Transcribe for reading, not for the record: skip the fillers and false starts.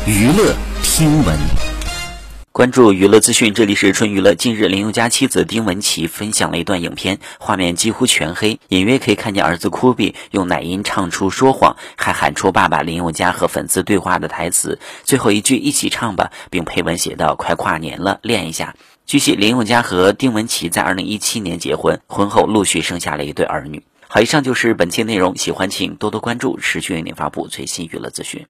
娱乐听闻， 关注娱乐资讯，这里是春娱乐。近日，林宥嘉妻子丁文琪分享了一段影片，画面几乎全黑，隐约可以看见儿子哭比用奶音唱出说谎，还喊出爸爸林宥嘉和粉丝对话的台词，最后一句一起唱吧，并配文写道：快跨年了，练一下。据悉，林宥嘉和丁文琪在2017年结婚，婚后陆续生下了一对儿女。好，以上就是本期内容，喜欢请多多关注，持续为您发布最新娱乐资讯。